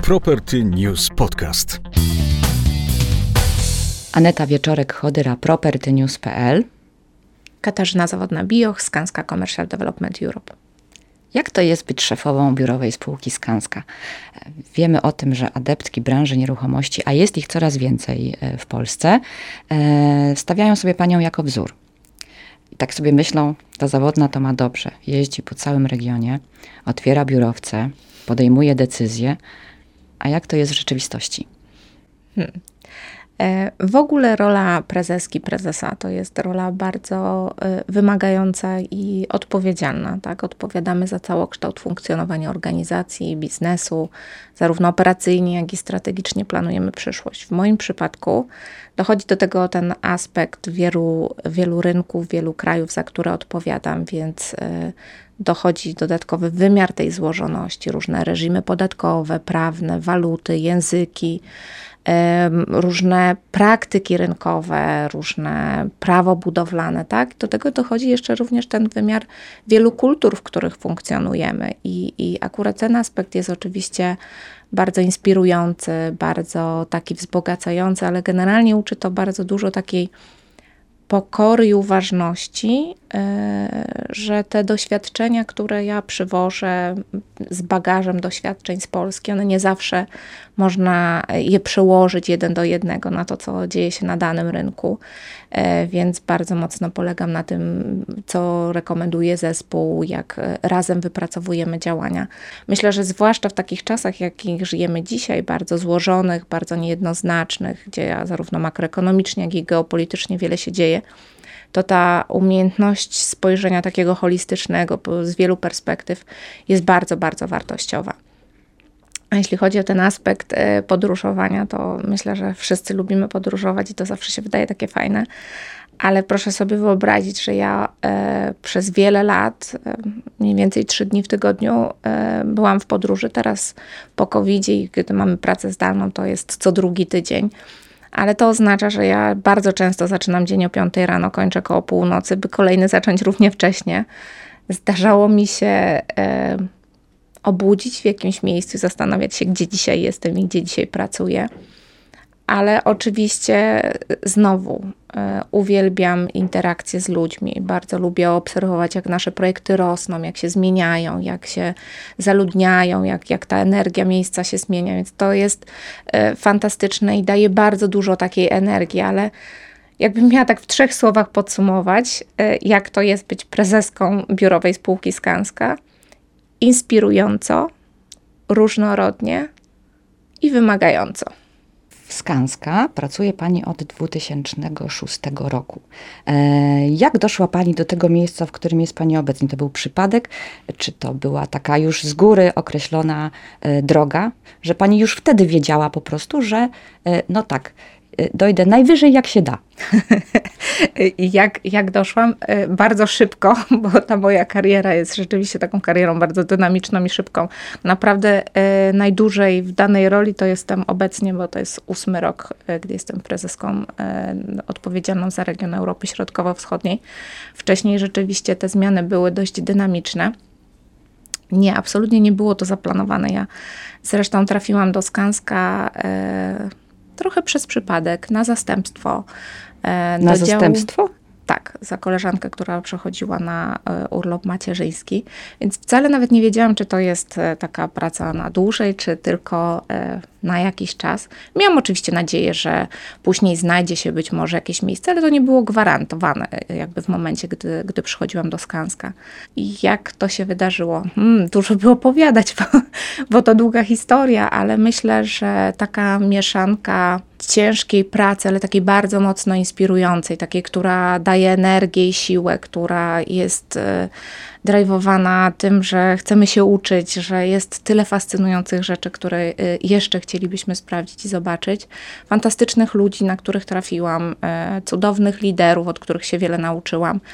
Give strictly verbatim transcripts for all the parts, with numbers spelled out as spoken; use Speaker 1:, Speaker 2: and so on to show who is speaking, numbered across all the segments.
Speaker 1: Property News Podcast.
Speaker 2: Aneta Wieczorek-Chodyra, property news kropka p l.
Speaker 3: Katarzyna Zawodna-Bioch, Skanska Commercial Development Europe.
Speaker 2: Jak to jest być szefową biurowej spółki Skanska? Wiemy o tym, że adeptki branży nieruchomości, a jest ich coraz więcej w Polsce, stawiają sobie panią jako wzór. I tak sobie myślą, ta Zawodna to ma dobrze. Jeździ po całym regionie, otwiera biurowce, podejmuje decyzje. A jak to jest w rzeczywistości?
Speaker 3: Hmm. W ogóle rola prezeski, prezesa to jest rola bardzo wymagająca i odpowiedzialna. Tak? Odpowiadamy za całokształt funkcjonowania organizacji, biznesu, zarówno operacyjnie, jak i strategicznie planujemy przyszłość. W moim przypadku dochodzi do tego ten aspekt wielu, wielu rynków, wielu krajów, za które odpowiadam, więc dochodzi dodatkowy wymiar tej złożoności, różne reżimy podatkowe, prawne, waluty, języki, różne praktyki rynkowe, różne prawo budowlane, tak? Do tego dochodzi jeszcze również ten wymiar wielu kultur, w których funkcjonujemy i, i akurat ten aspekt jest oczywiście bardzo inspirujący, bardzo taki wzbogacający, ale generalnie uczy to bardzo dużo takiej pokory i uważności, że te doświadczenia, które ja przywożę z bagażem doświadczeń z Polski, one nie zawsze można je przełożyć jeden do jednego na to, co dzieje się na danym rynku, więc bardzo mocno polegam na tym, co rekomenduje zespół, jak razem wypracowujemy działania. Myślę, że zwłaszcza w takich czasach, jakich żyjemy dzisiaj, bardzo złożonych, bardzo niejednoznacznych, gdzie zarówno makroekonomicznie, jak i geopolitycznie wiele się dzieje, to ta umiejętność spojrzenia takiego holistycznego z wielu perspektyw jest bardzo, bardzo wartościowa. A jeśli chodzi o ten aspekt podróżowania, to myślę, że wszyscy lubimy podróżować i to zawsze się wydaje takie fajne, ale proszę sobie wyobrazić, że ja e, przez wiele lat, e, mniej więcej trzy dni w tygodniu e, byłam w podróży. Teraz po kowidzie i gdy mamy pracę zdalną, to jest co drugi tydzień. Ale to oznacza, że ja bardzo często zaczynam dzień o piątej rano, kończę koło północy, by kolejny zacząć równie wcześnie. Zdarzało mi się e, obudzić w jakimś miejscu i zastanawiać się, gdzie dzisiaj jestem i gdzie dzisiaj pracuję. Ale oczywiście znowu e, uwielbiam interakcje z ludźmi. Bardzo lubię obserwować, jak nasze projekty rosną, jak się zmieniają, jak się zaludniają, jak, jak ta energia miejsca się zmienia. Więc to jest e, fantastyczne i daje bardzo dużo takiej energii, ale jakbym miała tak w trzech słowach podsumować, e, jak to jest być prezeską biurowej spółki Skanska. Inspirująco, różnorodnie i wymagająco.
Speaker 2: W Skanska pracuje pani od dwutysięcznego szóstego roku. E, jak doszła pani do tego miejsca, w którym jest pani obecnie? To był przypadek? Czy to była taka już z góry określona e, droga, że pani już wtedy wiedziała po prostu, że e, no tak, e, dojdę najwyżej jak się da?
Speaker 3: jak, jak doszłam? Bardzo szybko, bo ta moja kariera jest rzeczywiście taką karierą bardzo dynamiczną i szybką. Naprawdę e, najdłużej w danej roli to jestem obecnie, bo to jest ósmy rok, e, gdy jestem prezeską e, odpowiedzialną za region Europy Środkowo-Wschodniej. Wcześniej rzeczywiście te zmiany były dość dynamiczne. Nie, absolutnie nie było to zaplanowane. Ja zresztą trafiłam do Skanska e, trochę przez przypadek, na zastępstwo.
Speaker 2: Na zastępstwo?
Speaker 3: Działu, tak, za koleżankę, która przechodziła na urlop macierzyński. Więc wcale nawet nie wiedziałam, czy to jest taka praca na dłużej, czy tylko na jakiś czas. Miałam oczywiście nadzieję, że później znajdzie się być może jakieś miejsce, ale to nie było gwarantowane jakby w momencie, gdy, gdy przychodziłam do Skanska. I jak to się wydarzyło? Hmm, dużo by opowiadać, bo, bo to długa historia, ale myślę, że taka mieszanka ciężkiej pracy, ale takiej bardzo mocno inspirującej, takiej, która daje energię i siłę, która jest y, drive'owana tym, że chcemy się uczyć, że jest tyle fascynujących rzeczy, które y, jeszcze chcielibyśmy sprawdzić i zobaczyć. Fantastycznych ludzi, na których trafiłam, y, cudownych liderów, od których się wiele nauczyłam.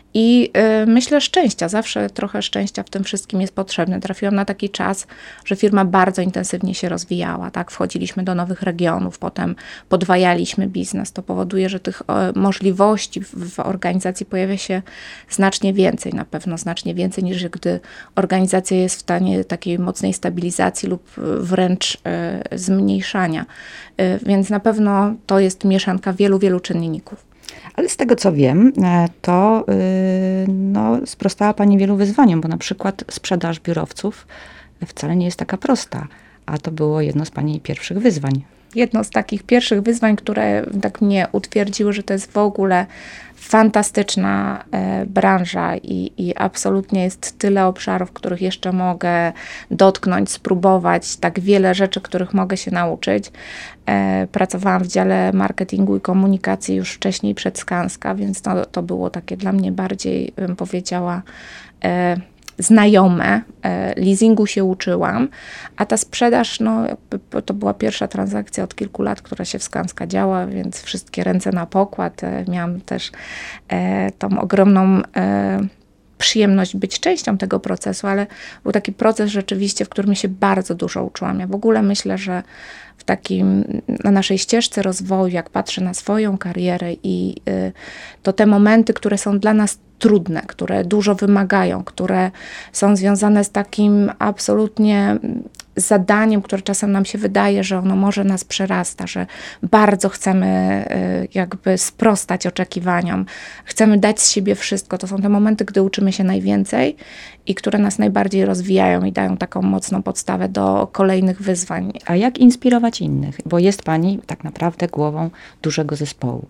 Speaker 3: I y, myślę szczęścia, zawsze trochę szczęścia w tym wszystkim jest potrzebne. Trafiłam na taki czas, że firma bardzo intensywnie się rozwijała, tak? Wchodziliśmy do nowych regionów, potem podwajaliśmy biznes. To powoduje, że tych o, możliwości w, w organizacji pojawia się znacznie więcej, na pewno znacznie więcej niż gdy organizacja jest w stanie takiej mocnej stabilizacji lub wręcz y, zmniejszania. Y, więc na pewno to jest mieszanka wielu, wielu czynników.
Speaker 2: Ale z tego, co wiem, to yy, no, sprostała pani wielu wyzwaniom, bo na przykład sprzedaż biurowców wcale nie jest taka prosta, a to było jedno z pani pierwszych wyzwań.
Speaker 3: Jedno z takich pierwszych wyzwań, które tak mnie utwierdziły, że to jest w ogóle fantastyczna e, branża i, i absolutnie jest tyle obszarów, których jeszcze mogę dotknąć, spróbować, tak wiele rzeczy, których mogę się nauczyć. E, pracowałam w dziale marketingu i komunikacji już wcześniej przed Skanska, więc to, to było takie dla mnie bardziej, bym powiedziała, e, znajome, leasingu się uczyłam, a ta sprzedaż, no to była pierwsza transakcja od kilku lat, która się w Skanska działa, więc wszystkie ręce na pokład. Miałam też e, tą ogromną e, przyjemność być częścią tego procesu, ale był taki proces rzeczywiście, w którym się bardzo dużo uczyłam. Ja w ogóle myślę, że w takim, na naszej ścieżce rozwoju, jak patrzę na swoją karierę i y, to te momenty, które są dla nas trudne, które dużo wymagają, które są związane z takim absolutnie zadaniem, które czasem nam się wydaje, że ono może nas przerasta, że bardzo chcemy y, jakby sprostać oczekiwaniom, chcemy dać z siebie wszystko. To są te momenty, gdy uczymy się najwięcej i które nas najbardziej rozwijają i dają taką mocną podstawę do kolejnych wyzwań.
Speaker 2: A jak inspirować innych? Bo jest pani tak naprawdę głową dużego zespołu.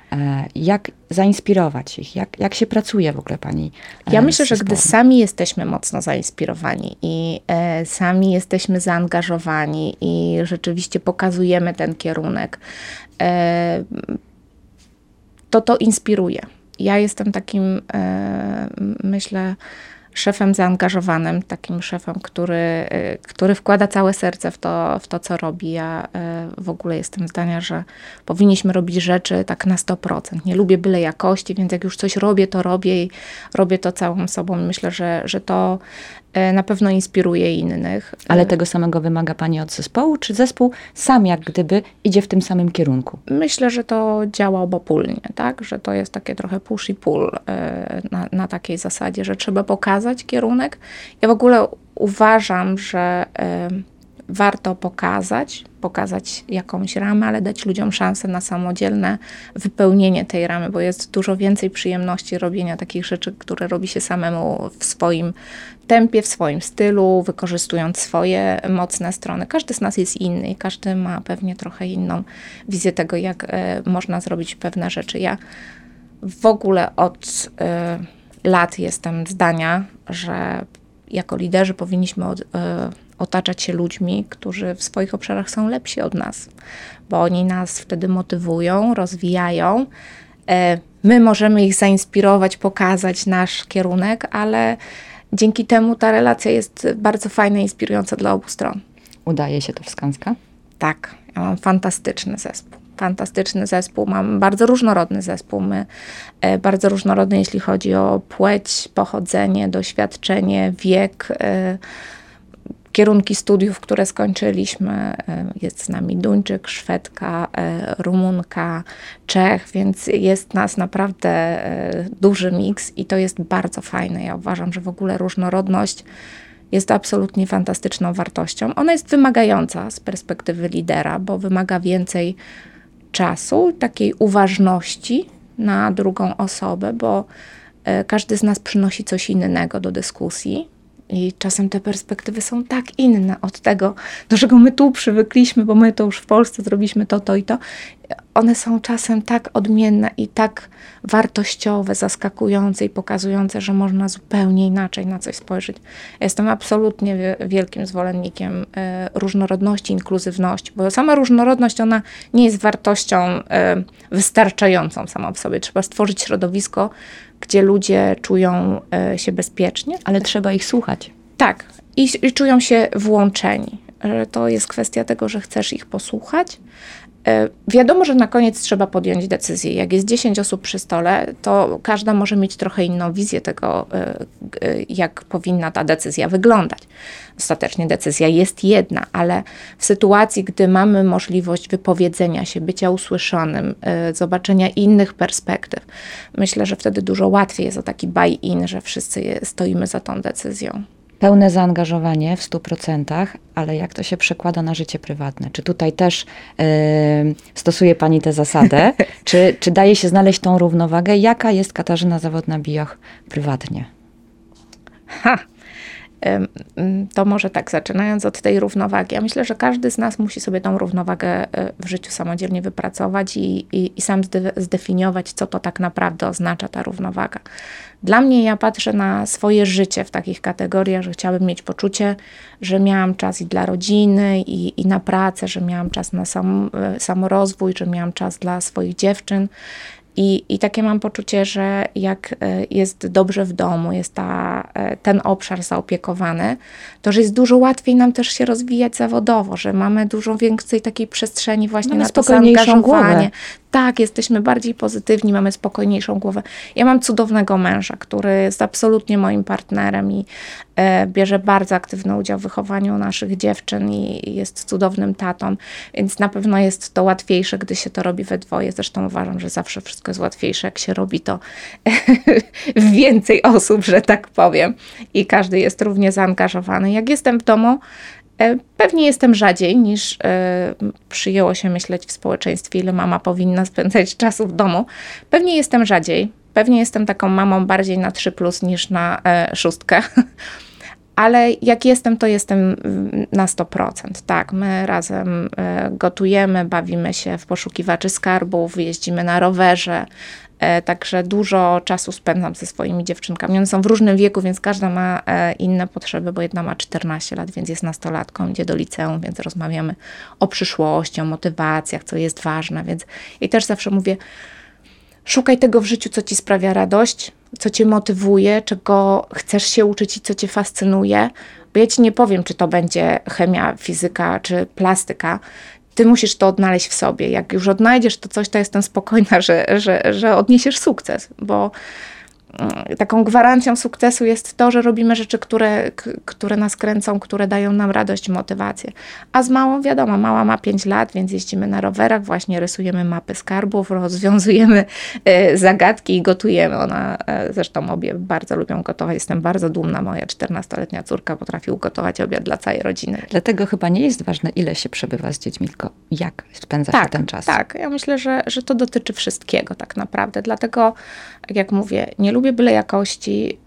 Speaker 2: Jak zainspirować ich? Jak, jak się pracuje w ogóle pani?
Speaker 3: Ja myślę, że gdy sami jesteśmy mocno zainspirowani i e, sami jesteśmy zaangażowani i rzeczywiście pokazujemy ten kierunek, e, to to inspiruje. Ja jestem takim, e, myślę, szefem zaangażowanym, takim szefem, który, który wkłada całe serce w to, w to, co robi. Ja w ogóle jestem zdania, że powinniśmy robić rzeczy tak na sto procent. Nie lubię byle jakości, więc jak już coś robię, to robię i robię to całą sobą. Myślę, że, że to na pewno inspiruje innych.
Speaker 2: Ale tego samego wymaga pani od zespołu, czy zespół sam jak gdyby idzie w tym samym kierunku?
Speaker 3: Myślę, że to działa obopólnie, tak? Że to jest takie trochę push i pull na, na takiej zasadzie, że trzeba pokazać kierunek. Ja w ogóle uważam, że warto pokazać, pokazać jakąś ramę, ale dać ludziom szansę na samodzielne wypełnienie tej ramy, bo jest dużo więcej przyjemności robienia takich rzeczy, które robi się samemu w swoim tempie, w swoim stylu, wykorzystując swoje mocne strony. Każdy z nas jest inny i każdy ma pewnie trochę inną wizję tego, jak e, można zrobić pewne rzeczy. Ja w ogóle od e, lat jestem zdania, że jako liderzy powinniśmy od, e, otaczać się ludźmi, którzy w swoich obszarach są lepsi od nas, bo oni nas wtedy motywują, rozwijają. My możemy ich zainspirować, pokazać nasz kierunek, ale dzięki temu ta relacja jest bardzo fajna i inspirująca dla obu stron.
Speaker 2: Udaje się to w Skanska?
Speaker 3: Tak, ja mam fantastyczny zespół. Fantastyczny zespół, mam bardzo różnorodny zespół, my e, bardzo różnorodny, jeśli chodzi o płeć, pochodzenie, doświadczenie, wiek, e, kierunki studiów, które skończyliśmy. Jest z nami Duńczyk, Szwedka, Rumunka, Czech, więc jest nas naprawdę duży miks i to jest bardzo fajne. Ja uważam, że w ogóle różnorodność jest absolutnie fantastyczną wartością. Ona jest wymagająca z perspektywy lidera, bo wymaga więcej czasu, takiej uważności na drugą osobę, bo każdy z nas przynosi coś innego do dyskusji. I czasem te perspektywy są tak inne od tego, do czego my tu przywykliśmy, bo my to już w Polsce zrobiliśmy to, to i to. One są czasem tak odmienne i tak wartościowe, zaskakujące i pokazujące, że można zupełnie inaczej na coś spojrzeć. Ja jestem absolutnie wielkim zwolennikiem różnorodności, inkluzywności, bo sama różnorodność, ona nie jest wartością wystarczającą samą w sobie. Trzeba stworzyć środowisko, gdzie ludzie czują się bezpiecznie.
Speaker 2: Ale trzeba ich słuchać.
Speaker 3: Tak. I, i czują się włączeni. To jest kwestia tego, że chcesz ich posłuchać, Wiadomo, że na koniec trzeba podjąć decyzję. Jak jest dziesięć osób przy stole, to każda może mieć trochę inną wizję tego, jak powinna ta decyzja wyglądać. Ostatecznie decyzja jest jedna, ale w sytuacji, gdy mamy możliwość wypowiedzenia się, bycia usłyszanym, zobaczenia innych perspektyw, myślę, że wtedy dużo łatwiej jest o taki buy-in, że wszyscy stoimy za tą decyzją.
Speaker 2: Pełne zaangażowanie w stu procentach, ale jak to się przekłada na życie prywatne? Czy tutaj też yy, stosuje Pani tę zasadę? czy, czy daje się znaleźć tą równowagę? Jaka jest Katarzyna Zawodna-Bijoch prywatnie?
Speaker 3: Ha! To może tak, zaczynając od tej równowagi. Ja myślę, że każdy z nas musi sobie tą równowagę w życiu samodzielnie wypracować i, i, i sam zdefiniować, co to tak naprawdę oznacza ta równowaga. Dla mnie, ja patrzę na swoje życie w takich kategoriach, że chciałabym mieć poczucie, że miałam czas i dla rodziny, i, i na pracę, że miałam czas na sam, samorozwój, że miałam czas dla swoich dziewczyn. I, I takie mam poczucie, że jak jest dobrze w domu, jest ta, ten obszar zaopiekowany, to że jest dużo łatwiej nam też się rozwijać zawodowo, że mamy dużo więcej takiej przestrzeni właśnie
Speaker 2: mamy
Speaker 3: na to zaangażowanie. Głowę. Tak, jesteśmy bardziej pozytywni, mamy spokojniejszą głowę. Ja mam cudownego męża, który jest absolutnie moim partnerem i e, bierze bardzo aktywny udział w wychowaniu naszych dziewczyn i, i jest cudownym tatą, więc na pewno jest to łatwiejsze, gdy się to robi we dwoje. Zresztą uważam, że zawsze wszystko jest łatwiejsze, jak się robi to w więcej osób, że tak powiem. I każdy jest równie zaangażowany. Jak jestem w domu, pewnie jestem rzadziej niż y, przyjęło się myśleć w społeczeństwie, ile mama powinna spędzać czasu w domu. Pewnie jestem rzadziej. Pewnie jestem taką mamą bardziej na trzy plus niż na y, szóstkę. Ale jak jestem, to jestem na sto procent. Tak, my razem y, gotujemy, bawimy się w poszukiwaczy skarbów, jeździmy na rowerze. Także dużo czasu spędzam ze swoimi dziewczynkami. One są w różnym wieku, więc każda ma inne potrzeby, bo jedna ma czternaście lat, więc jest nastolatką, idzie do liceum, więc rozmawiamy o przyszłości, o motywacjach, co jest ważne. Więc i też zawsze mówię, szukaj tego w życiu, co ci sprawia radość, co cię motywuje, czego chcesz się uczyć i co cię fascynuje. Bo ja ci nie powiem, czy to będzie chemia, fizyka, czy plastyka. Ty musisz to odnaleźć w sobie. Jak już odnajdziesz to coś, to jestem spokojna, że, że, że odniesiesz sukces, bo taką gwarancją sukcesu jest to, że robimy rzeczy, które, które nas kręcą, które dają nam radość i motywację. A z małą, wiadomo, mała ma pięć lat, więc jeździmy na rowerach, właśnie rysujemy mapy skarbów, rozwiązujemy zagadki i gotujemy. Ona, zresztą obie bardzo lubią gotować. Jestem bardzo dumna, moja czternastoletnia córka potrafi ugotować obiad dla całej rodziny.
Speaker 2: Dlatego chyba nie jest ważne, ile się przebywa z dziećmi, tylko jak spędza
Speaker 3: tak,
Speaker 2: się ten czas.
Speaker 3: Tak, ja myślę, że, że to dotyczy wszystkiego tak naprawdę. Dlatego, jak mówię, nie lubię byle jakości, yy,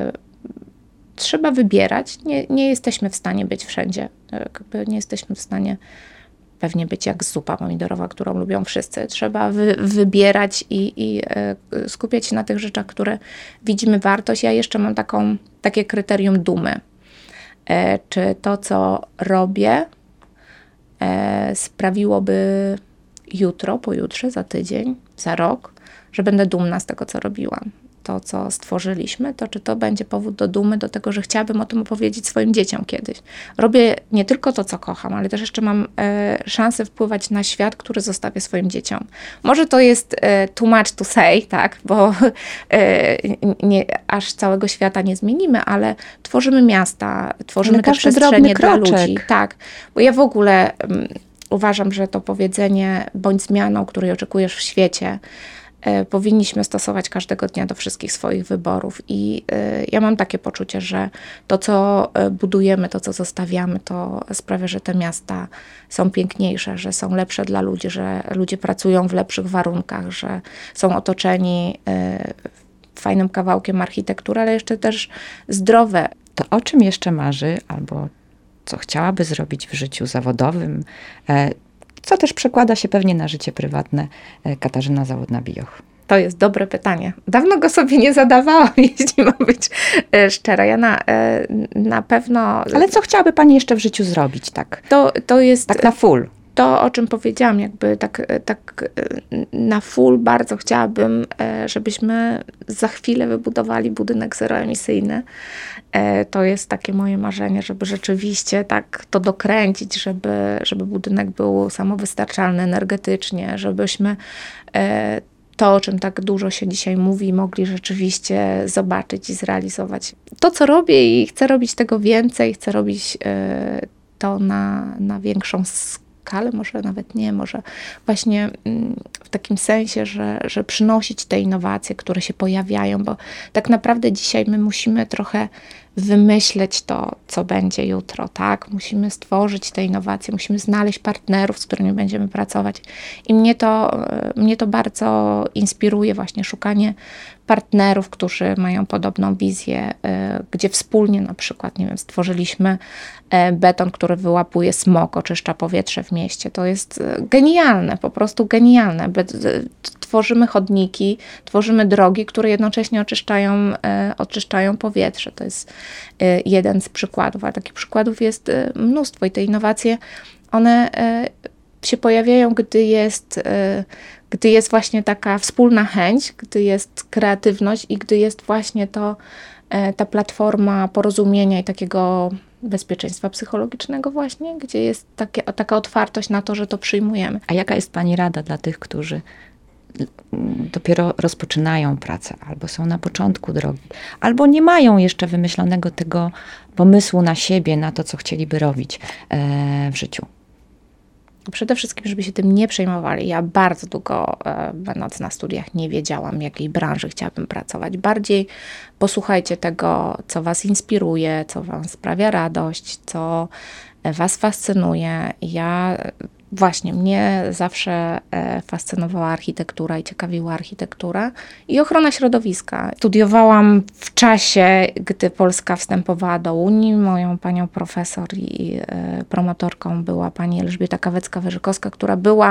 Speaker 3: trzeba wybierać. Nie, nie jesteśmy w stanie być wszędzie. Jakby nie jesteśmy w stanie pewnie być jak zupa pomidorowa, którą lubią wszyscy. Trzeba wy, wybierać i, i yy, skupiać się na tych rzeczach, które widzimy wartość. Ja jeszcze mam taką, takie kryterium dumy. Yy, czy to, co robię, yy, sprawiłoby jutro, pojutrze, za tydzień, za rok, że będę dumna z tego, co robiłam. To, co stworzyliśmy, to czy to będzie powód do dumy, do tego, że chciałabym o tym opowiedzieć swoim dzieciom kiedyś. Robię nie tylko to, co kocham, ale też jeszcze mam e, szansę wpływać na świat, który zostawię swoim dzieciom. Może to jest e, too much to say, tak, bo e, nie, aż całego świata nie zmienimy, ale tworzymy miasta, tworzymy te przestrzenie dla ludzi. Tak, bo ja w ogóle um, uważam, że to powiedzenie bądź zmianą, której oczekujesz w świecie, powinniśmy stosować każdego dnia do wszystkich swoich wyborów i y, ja mam takie poczucie, że to, co budujemy, to, co zostawiamy, to sprawia, że te miasta są piękniejsze, że są lepsze dla ludzi, że ludzie pracują w lepszych warunkach, że są otoczeni y, fajnym kawałkiem architektury, ale jeszcze też zdrowe.
Speaker 2: To o czym jeszcze marzy albo co chciałaby zrobić w życiu zawodowym, e, co też przekłada się pewnie na życie prywatne Katarzyna Zawodna-Bijoch?
Speaker 3: To jest dobre pytanie. Dawno go sobie nie zadawałam, jeśli mam być szczera. Ja na, na pewno...
Speaker 2: Ale co chciałaby Pani jeszcze w życiu zrobić, tak?
Speaker 3: To, to jest...
Speaker 2: Tak na full.
Speaker 3: to, o czym powiedziałam, jakby tak, tak na full bardzo chciałabym, żebyśmy za chwilę wybudowali budynek zeroemisyjny. To jest takie moje marzenie, żeby rzeczywiście tak to dokręcić, żeby, żeby budynek był samowystarczalny energetycznie, żebyśmy to, o czym tak dużo się dzisiaj mówi, mogli rzeczywiście zobaczyć i zrealizować. To, co robię i chcę robić tego więcej, chcę robić to na, na większą skalę, może nawet nie, może właśnie w takim sensie, że, że przynosić te innowacje, które się pojawiają, bo tak naprawdę dzisiaj my musimy trochę wymyśleć to, co będzie jutro, tak? Musimy stworzyć te innowacje, musimy znaleźć partnerów, z którymi będziemy pracować. I mnie to, mnie to bardzo inspiruje właśnie szukanie partnerów, którzy mają podobną wizję, gdzie wspólnie na przykład, nie wiem, stworzyliśmy beton, który wyłapuje smog, oczyszcza powietrze w mieście. To jest genialne, po prostu genialne. Tworzymy chodniki, tworzymy drogi, które jednocześnie oczyszczają, oczyszczają powietrze. To jest jeden z przykładów, a takich przykładów jest mnóstwo i te innowacje, one się pojawiają, gdy jest, gdy jest właśnie taka wspólna chęć, gdy jest kreatywność i gdy jest właśnie to, ta platforma porozumienia i takiego bezpieczeństwa psychologicznego właśnie, gdzie jest takie, taka otwartość na to, że to przyjmujemy.
Speaker 2: A jaka jest Pani rada dla tych, którzy dopiero rozpoczynają pracę, albo są na początku drogi, albo nie mają jeszcze wymyślonego tego pomysłu na siebie, na to, co chcieliby robić w życiu?
Speaker 3: Przede wszystkim, żeby się tym nie przejmowali. Ja bardzo długo, e, będąc na studiach, nie wiedziałam, w jakiej branży chciałabym pracować. Bardziej posłuchajcie tego, co was inspiruje, co wam sprawia radość, co was fascynuje. Ja właśnie, mnie zawsze fascynowała architektura i ciekawiła architektura i ochrona środowiska. Studiowałam w czasie, gdy Polska wstępowała do Unii. Moją panią profesor i promotorką była pani Elżbieta Kawecka-Wyżykowska, która była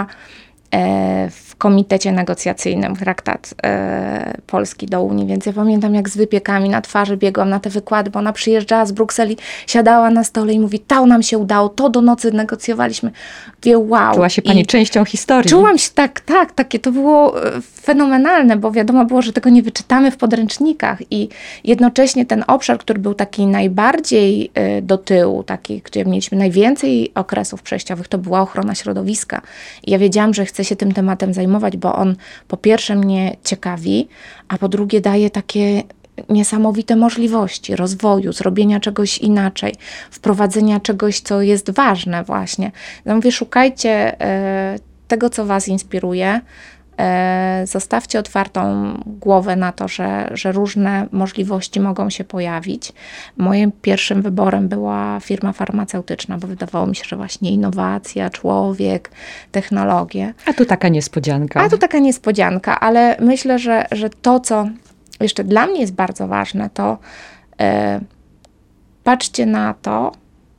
Speaker 3: w komitecie negocjacyjnym traktat Polski do Unii, więc ja pamiętam, jak z wypiekami na twarzy biegłam na te wykłady, bo ona przyjeżdżała z Brukseli, siadała na stole i mówi, to nam się udało, to do nocy negocjowaliśmy. Wie, wow.
Speaker 2: Czuła się pani I częścią historii.
Speaker 3: Czułam się tak, tak, takie to było fenomenalne, bo wiadomo było, że tego nie wyczytamy w podręcznikach i jednocześnie ten obszar, który był taki najbardziej do tyłu, taki, gdzie mieliśmy najwięcej okresów przejściowych, to była ochrona środowiska. I ja wiedziałam, że chcę się tym tematem zajmować, bo on po pierwsze mnie ciekawi, a po drugie daje takie niesamowite możliwości rozwoju, zrobienia czegoś inaczej, wprowadzenia czegoś, co jest ważne właśnie. Ja mówię, szukajcie e, tego, co was inspiruje, e, zostawcie otwartą głowę na to, że, że różne możliwości mogą się pojawić. Moim pierwszym wyborem była firma farmaceutyczna, bo wydawało mi się, że właśnie innowacja, człowiek, technologie.
Speaker 2: A tu taka niespodzianka.
Speaker 3: A tu taka niespodzianka, ale myślę, że, że to, co jeszcze dla mnie jest bardzo ważne, to e, patrzcie na to,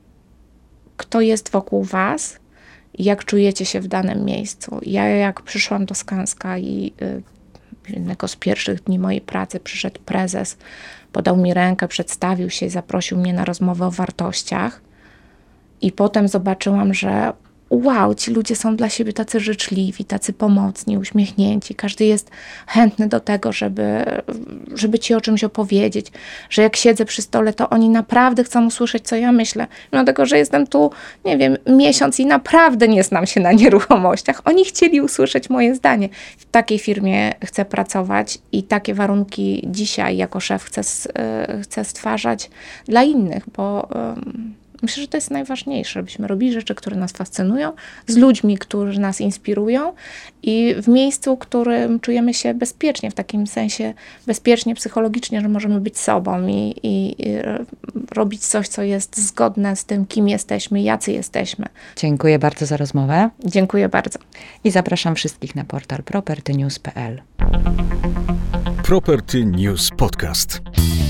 Speaker 3: kto jest wokół was, jak czujecie się w danym miejscu. Ja jak przyszłam do Skanska i y, jednego z pierwszych dni mojej pracy przyszedł prezes, podał mi rękę, przedstawił się i zaprosił mnie na rozmowę o wartościach. I potem zobaczyłam, że wow, ci ludzie są dla siebie tacy życzliwi, tacy pomocni, uśmiechnięci. Każdy jest chętny do tego, żeby, żeby ci o czymś opowiedzieć. Że jak siedzę przy stole, to oni naprawdę chcą usłyszeć, co ja myślę. Mimo tego, że jestem tu, nie wiem, miesiąc i naprawdę nie znam się na nieruchomościach. Oni chcieli usłyszeć moje zdanie. W takiej firmie chcę pracować i takie warunki dzisiaj jako szef chcę, chcę stwarzać dla innych, bo um, myślę, że to jest najważniejsze, żebyśmy robili rzeczy, które nas fascynują, z ludźmi, którzy nas inspirują i w miejscu, w którym czujemy się bezpiecznie, w takim sensie bezpiecznie psychologicznie, że możemy być sobą i, i, i robić coś, co jest zgodne z tym, kim jesteśmy, jacy jesteśmy.
Speaker 2: Dziękuję bardzo za rozmowę.
Speaker 3: Dziękuję bardzo.
Speaker 2: I zapraszam wszystkich na portal property news kropka p l.
Speaker 1: Property News Podcast.